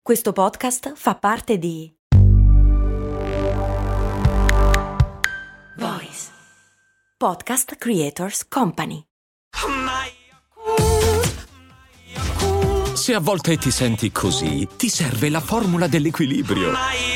Questo podcast fa parte di Voice Podcast Creators Company. Se a volte ti senti così, ti serve la formula dell'equilibrio.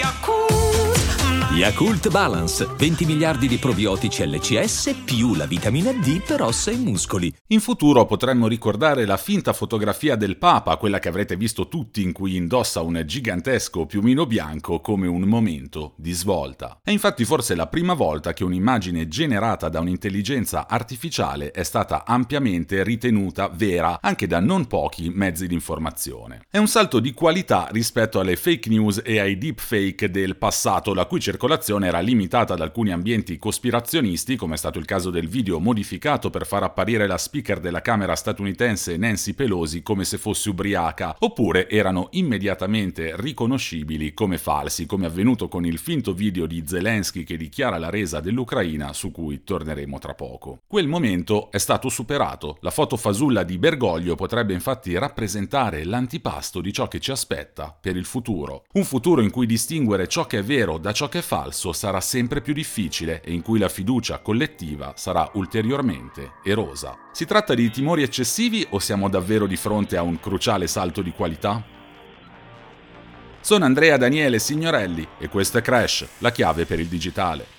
Yakult Balance, 20 miliardi di probiotici LCS più la vitamina D per ossa e muscoli. In futuro potremmo ricordare la finta fotografia del Papa, quella che avrete visto tutti, in cui indossa un gigantesco piumino bianco, come un momento di svolta. È infatti forse la prima volta che un'immagine generata da un'intelligenza artificiale è stata ampiamente ritenuta vera anche da non pochi mezzi di informazione. È un salto di qualità rispetto alle fake news e ai deepfake del passato, la cui circolazione era limitata ad alcuni ambienti cospirazionisti, come è stato il caso del video modificato per far apparire la speaker della Camera statunitense Nancy Pelosi come se fosse ubriaca, oppure erano immediatamente riconoscibili come falsi, come avvenuto con il finto video di Zelensky che dichiara la resa dell'Ucraina, su cui torneremo tra poco. Quel momento è stato superato. La foto fasulla di Bergoglio potrebbe infatti rappresentare l'antipasto di ciò che ci aspetta per il futuro. Un futuro in cui distinguere ciò che è vero da ciò che è falso sarà sempre più difficile e in cui la fiducia collettiva sarà ulteriormente erosa. Si tratta di timori eccessivi o siamo davvero di fronte a un cruciale salto di qualità? Sono Andrea Daniele Signorelli e questo è Crash, la chiave per il digitale.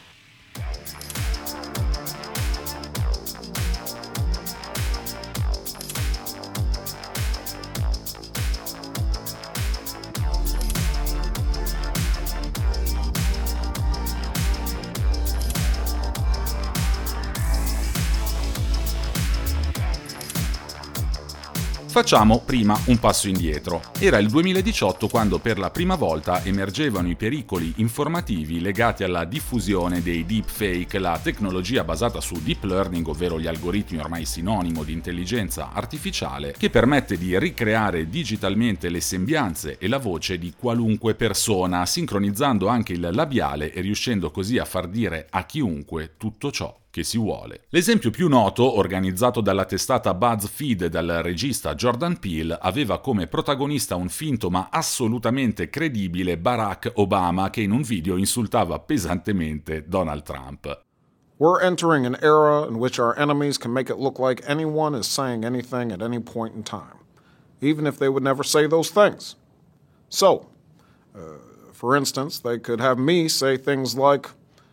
Facciamo prima un passo indietro. Era il 2018 quando per la prima volta emergevano i pericoli informativi legati alla diffusione dei deepfake, la tecnologia basata su deep learning, ovvero gli algoritmi ormai sinonimo di intelligenza artificiale, che permette di ricreare digitalmente le sembianze e la voce di qualunque persona, sincronizzando anche il labiale e riuscendo così a far dire a chiunque tutto ciò che si vuole. L'esempio più noto, organizzato dalla testata BuzzFeed dal regista Jordan Peele, aveva come protagonista un finto ma assolutamente credibile Barack Obama che in un video insultava pesantemente Donald Trump. We're entering an era in which our enemies can make it look like anyone is saying anything at any point in time, even if they would never say those things. So, for instance, they could have me say things like,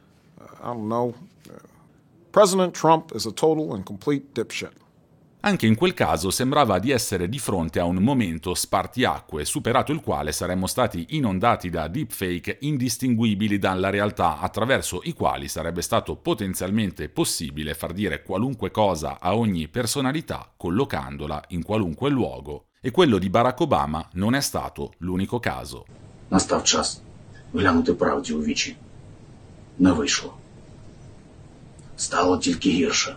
President Trump is a total and complete dipshit. Anche in quel caso sembrava di essere di fronte a un momento spartiacque, superato il quale saremmo stati inondati da deepfake indistinguibili dalla realtà, attraverso i quali sarebbe stato potenzialmente possibile far dire qualunque cosa a ogni personalità collocandola in qualunque luogo. E quello di Barack Obama non è stato l'unico caso. Настав час глянути правді у вічі. Не вийшло. Стало тільки гірше.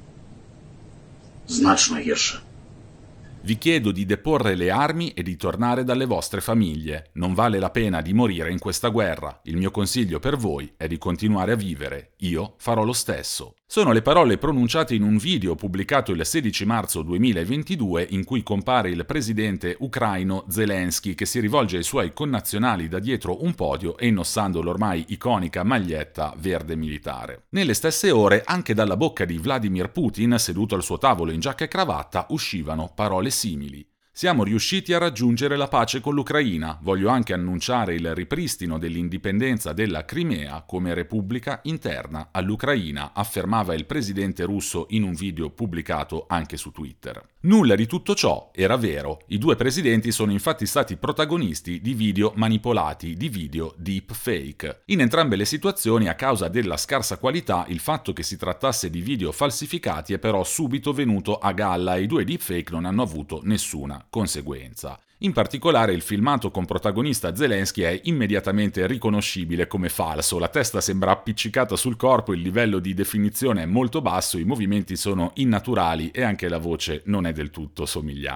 Значно гірше. Vi chiedo di deporre le armi e di tornare dalle vostre famiglie. Non vale la pena di morire in questa guerra. Il mio consiglio per voi è di continuare a vivere. Io farò lo stesso. Sono le parole pronunciate in un video pubblicato il 16 marzo 2022 in cui compare il presidente ucraino Zelensky che si rivolge ai suoi connazionali da dietro un podio e indossando l'ormai iconica maglietta verde militare. Nelle stesse ore, anche dalla bocca di Vladimir Putin, seduto al suo tavolo in giacca e cravatta, uscivano parole simili. Siamo riusciti a raggiungere la pace con l'Ucraina. Voglio anche annunciare il ripristino dell'indipendenza della Crimea come repubblica interna all'Ucraina, affermava il presidente russo in un video pubblicato anche su Twitter. Nulla di tutto ciò era vero. I due presidenti sono infatti stati protagonisti di video manipolati, di video deepfake. In entrambe le situazioni, a causa della scarsa qualità, il fatto che si trattasse di video falsificati è però subito venuto a galla e i due deepfake non hanno avuto nessuna conseguenza. In particolare il filmato con protagonista Zelensky è immediatamente riconoscibile come falso, la testa sembra appiccicata sul corpo, il livello di definizione è molto basso, i movimenti sono innaturali e anche la voce non è del tutto somigliante.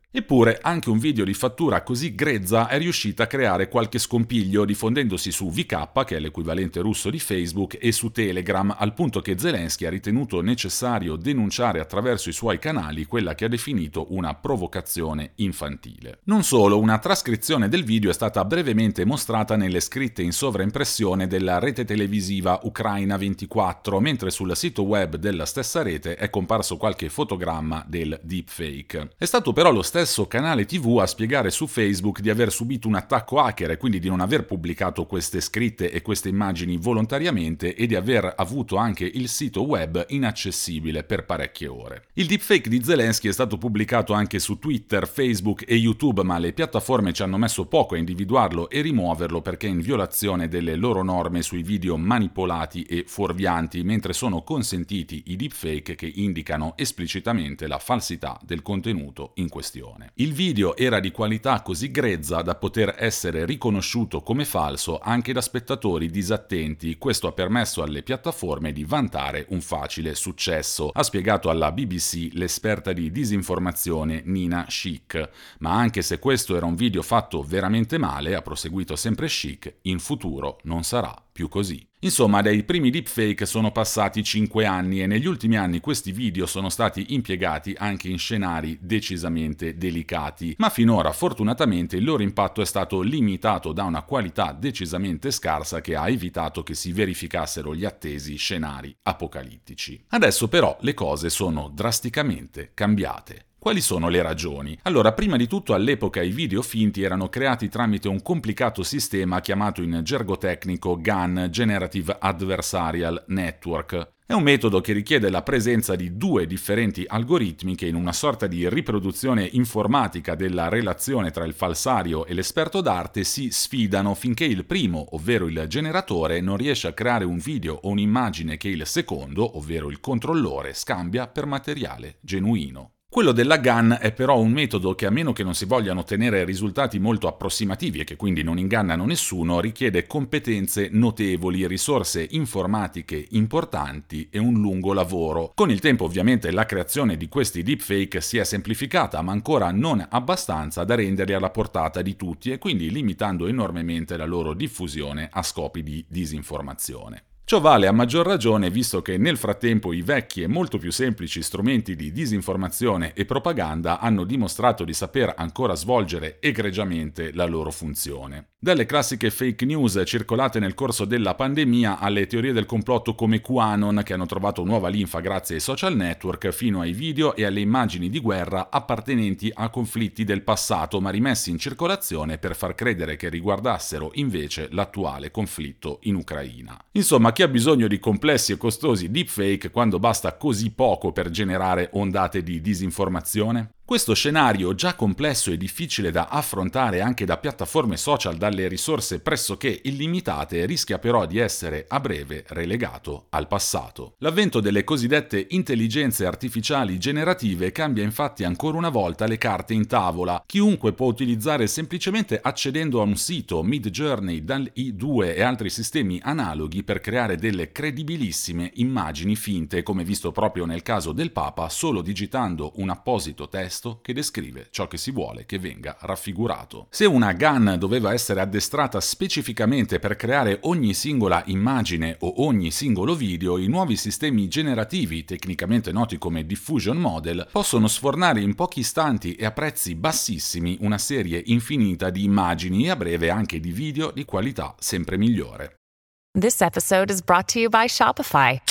Eppure anche un video di fattura così grezza è riuscita a creare qualche scompiglio, diffondendosi su VK, che è l'equivalente russo di Facebook, e su Telegram, al punto che Zelensky ha ritenuto necessario denunciare attraverso i suoi canali quella che ha definito una provocazione infantile. Non solo, una trascrizione del video è stata brevemente mostrata nelle scritte in sovraimpressione della rete televisiva Ucraina 24, mentre sul sito web della stessa rete è comparso qualche fotogramma del deepfake. È stato però lo stesso canale TV a spiegare su Facebook di aver subito un attacco hacker e quindi di non aver pubblicato queste scritte e queste immagini volontariamente e di aver avuto anche il sito web inaccessibile per parecchie ore. Il deepfake di Zelensky è stato pubblicato anche su Twitter, Facebook e YouTube, ma le piattaforme ci hanno messo poco a individuarlo e rimuoverlo perché è in violazione delle loro norme sui video manipolati e fuorvianti, mentre sono consentiti i deepfake che indicano esplicitamente la falsità del contenuto in questione. Il video era di qualità così grezza da poter essere riconosciuto come falso anche da spettatori disattenti. Questo ha permesso alle piattaforme di vantare un facile successo, ha spiegato alla BBC l'esperta di disinformazione Nina Schick. Ma anche se questo era un video fatto veramente male, ha proseguito sempre Schick, in futuro non sarà più così. Insomma, dai primi deepfake sono passati 5 anni e negli ultimi anni questi video sono stati impiegati anche in scenari decisamente delicati, ma finora fortunatamente il loro impatto è stato limitato da una qualità decisamente scarsa che ha evitato che si verificassero gli attesi scenari apocalittici. Adesso però le cose sono drasticamente cambiate. Quali sono le ragioni? Allora, prima di tutto all'epoca i video finti erano creati tramite un complicato sistema chiamato in gergo tecnico GAN, Generative Adversarial Network. È un metodo che richiede la presenza di due differenti algoritmi che in una sorta di riproduzione informatica della relazione tra il falsario e l'esperto d'arte si sfidano finché il primo, ovvero il generatore, non riesce a creare un video o un'immagine che il secondo, ovvero il controllore, scambia per materiale genuino. Quello della GAN è però un metodo che, a meno che non si vogliano ottenere risultati molto approssimativi e che quindi non ingannano nessuno, richiede competenze notevoli, risorse informatiche importanti e un lungo lavoro. Con il tempo ovviamente la creazione di questi deepfake si è semplificata, ma ancora non abbastanza da renderli alla portata di tutti e quindi limitando enormemente la loro diffusione a scopi di disinformazione. Ciò vale a maggior ragione visto che nel frattempo i vecchi e molto più semplici strumenti di disinformazione e propaganda hanno dimostrato di saper ancora svolgere egregiamente la loro funzione. Dalle classiche fake news circolate nel corso della pandemia alle teorie del complotto come QAnon che hanno trovato nuova linfa grazie ai social network, fino ai video e alle immagini di guerra appartenenti a conflitti del passato ma rimessi in circolazione per far credere che riguardassero invece l'attuale conflitto in Ucraina. Insomma, chi ha bisogno di complessi e costosi deepfake quando basta così poco per generare ondate di disinformazione? Questo scenario, già complesso e difficile da affrontare anche da piattaforme social dalle risorse pressoché illimitate, rischia però di essere a breve relegato al passato. L'avvento delle cosiddette intelligenze artificiali generative cambia infatti ancora una volta le carte in tavola. Chiunque può utilizzare semplicemente accedendo a un sito Midjourney, DALL-E 2 e altri sistemi analoghi per creare delle credibilissime immagini finte, come visto proprio nel caso del Papa, solo digitando un apposito testo che descrive ciò che si vuole che venga raffigurato. Se una GAN doveva essere addestrata specificamente per creare ogni singola immagine o ogni singolo video, i nuovi sistemi generativi, tecnicamente noti come diffusion model, possono sfornare in pochi istanti e a prezzi bassissimi una serie infinita di immagini e a breve anche di video di qualità sempre migliore. This episode is brought to you by Shopify.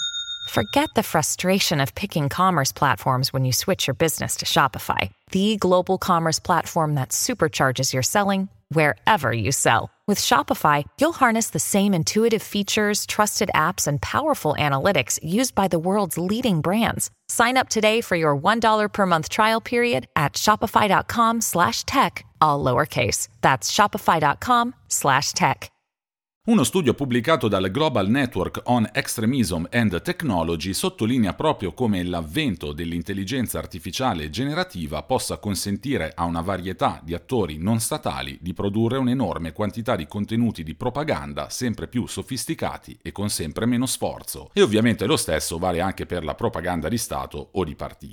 Forget the frustration of picking commerce platforms when you switch your business to Shopify, the global commerce platform that supercharges your selling wherever you sell. With Shopify, you'll harness the same intuitive features, trusted apps, and powerful analytics used by the world's leading brands. Sign up today for your $1 per month trial period at shopify.com/tech, all lowercase. That's shopify.com/tech. Uno studio pubblicato dal Global Network on Extremism and Technology sottolinea proprio come l'avvento dell'intelligenza artificiale generativa possa consentire a una varietà di attori non statali di produrre un'enorme quantità di contenuti di propaganda sempre più sofisticati e con sempre meno sforzo. E ovviamente lo stesso vale anche per la propaganda di Stato o di partito.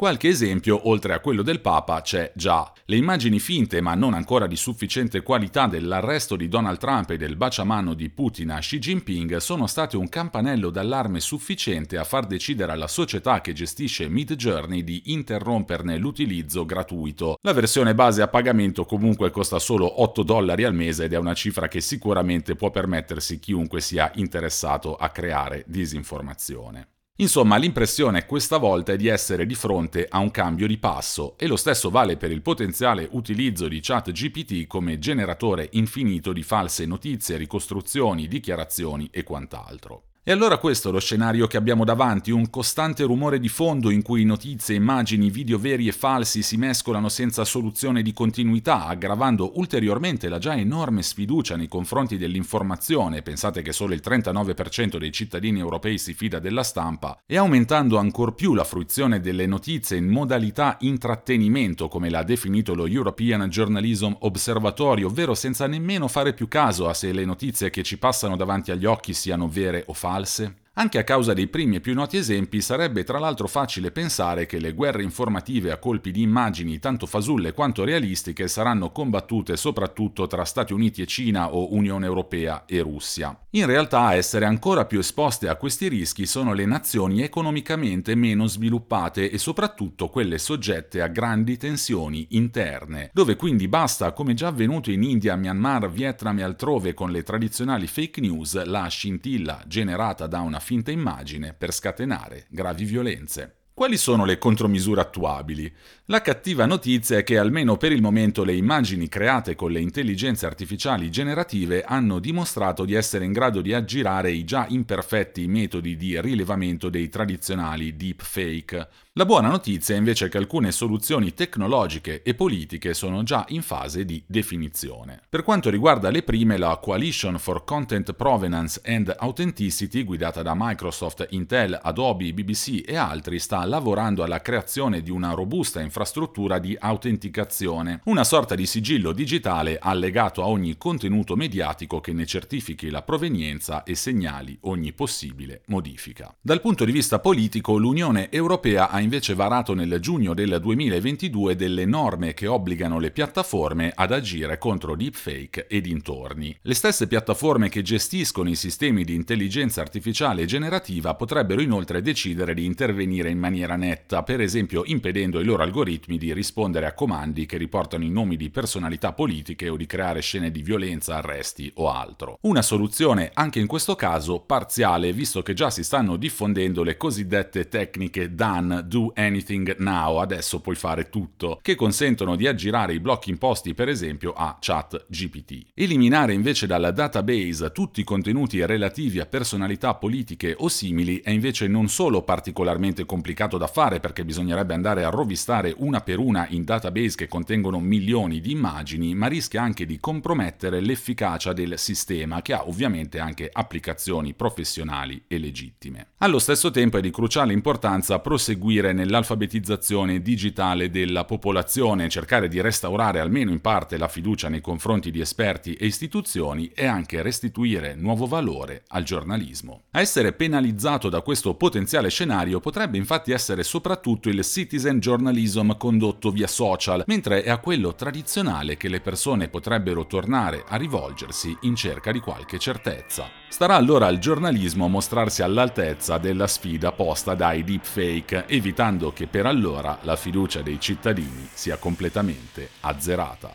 Qualche esempio, oltre a quello del Papa, c'è già. Le immagini finte ma non ancora di sufficiente qualità dell'arresto di Donald Trump e del baciamano di Putin a Xi Jinping sono state un campanello d'allarme sufficiente a far decidere alla società che gestisce Midjourney di interromperne l'utilizzo gratuito. La versione base a pagamento comunque costa solo $8 al mese ed è una cifra che sicuramente può permettersi chiunque sia interessato a creare disinformazione. Insomma, l'impressione questa volta è di essere di fronte a un cambio di passo, e lo stesso vale per il potenziale utilizzo di ChatGPT come generatore infinito di false notizie, ricostruzioni, dichiarazioni e quant'altro. E allora questo è lo scenario che abbiamo davanti, un costante rumore di fondo in cui notizie, immagini, video veri e falsi si mescolano senza soluzione di continuità, aggravando ulteriormente la già enorme sfiducia nei confronti dell'informazione, pensate che solo il 39% dei cittadini europei si fida della stampa, e aumentando ancor più la fruizione delle notizie in modalità intrattenimento, come l'ha definito lo European Journalism Observatory, ovvero senza nemmeno fare più caso a se le notizie che ci passano davanti agli occhi siano vere o false. Anche a causa dei primi e più noti esempi, sarebbe tra l'altro facile pensare che le guerre informative a colpi di immagini tanto fasulle quanto realistiche saranno combattute soprattutto tra Stati Uniti e Cina o Unione Europea e Russia. In realtà, a essere ancora più esposte a questi rischi sono le nazioni economicamente meno sviluppate e soprattutto quelle soggette a grandi tensioni interne, dove quindi basta, come già avvenuto in India, Myanmar, Vietnam e altrove con le tradizionali fake news, la scintilla generata da una finta immagine per scatenare gravi violenze. Quali sono le contromisure attuabili? La cattiva notizia è che almeno per il momento le immagini create con le intelligenze artificiali generative hanno dimostrato di essere in grado di aggirare i già imperfetti metodi di rilevamento dei tradizionali deepfake. La buona notizia è invece che alcune soluzioni tecnologiche e politiche sono già in fase di definizione. Per quanto riguarda le prime, la Coalition for Content Provenance and Authenticity, guidata da Microsoft, Intel, Adobe, BBC e altri, sta lavorando alla creazione di una robusta infrastruttura di autenticazione, una sorta di sigillo digitale allegato a ogni contenuto mediatico che ne certifichi la provenienza e segnali ogni possibile modifica. Dal punto di vista politico, l'Unione Europea ha invece varato nel giugno del 2022 delle norme che obbligano le piattaforme ad agire contro deepfake e dintorni. Le stesse piattaforme che gestiscono i sistemi di intelligenza artificiale generativa potrebbero inoltre decidere di intervenire in maniera netta, per esempio impedendo ai loro algoritmi di rispondere a comandi che riportano i nomi di personalità politiche o di creare scene di violenza, arresti o altro. Una soluzione anche in questo caso parziale, visto che già si stanno diffondendo le cosiddette tecniche done Do Anything Now, adesso puoi fare tutto, che consentono di aggirare i blocchi imposti per esempio a ChatGPT. Eliminare invece dal database tutti i contenuti relativi a personalità politiche o simili è invece non solo particolarmente complicato da fare, perché bisognerebbe andare a rovistare una per una in database che contengono milioni di immagini, ma rischia anche di compromettere l'efficacia del sistema, che ha ovviamente anche applicazioni professionali e legittime. Allo stesso tempo è di cruciale importanza proseguire nell'alfabetizzazione digitale della popolazione, cercare di restaurare almeno in parte la fiducia nei confronti di esperti e istituzioni e anche restituire nuovo valore al giornalismo. A essere penalizzato da questo potenziale scenario potrebbe infatti essere soprattutto il citizen journalism condotto via social, mentre è a quello tradizionale che le persone potrebbero tornare a rivolgersi in cerca di qualche certezza. Starà allora al giornalismo mostrarsi all'altezza della sfida posta dai deepfake, evitando che per allora la fiducia dei cittadini sia completamente azzerata.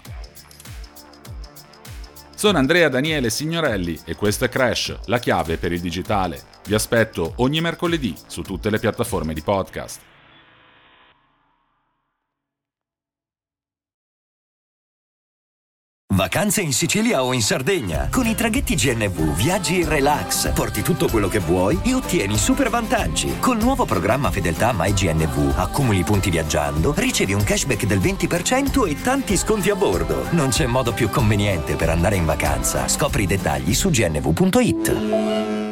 Sono Andrea Daniele Signorelli e questo è Crash, la chiave per il digitale. Vi aspetto ogni mercoledì su tutte le piattaforme di podcast. Vacanze in Sicilia o in Sardegna. Con i traghetti GNV viaggi in relax, porti tutto quello che vuoi e ottieni super vantaggi. Col nuovo programma Fedeltà MyGNV accumuli punti viaggiando, ricevi un cashback del 20% e tanti sconti a bordo. Non c'è modo più conveniente per andare in vacanza. Scopri i dettagli su gnv.it.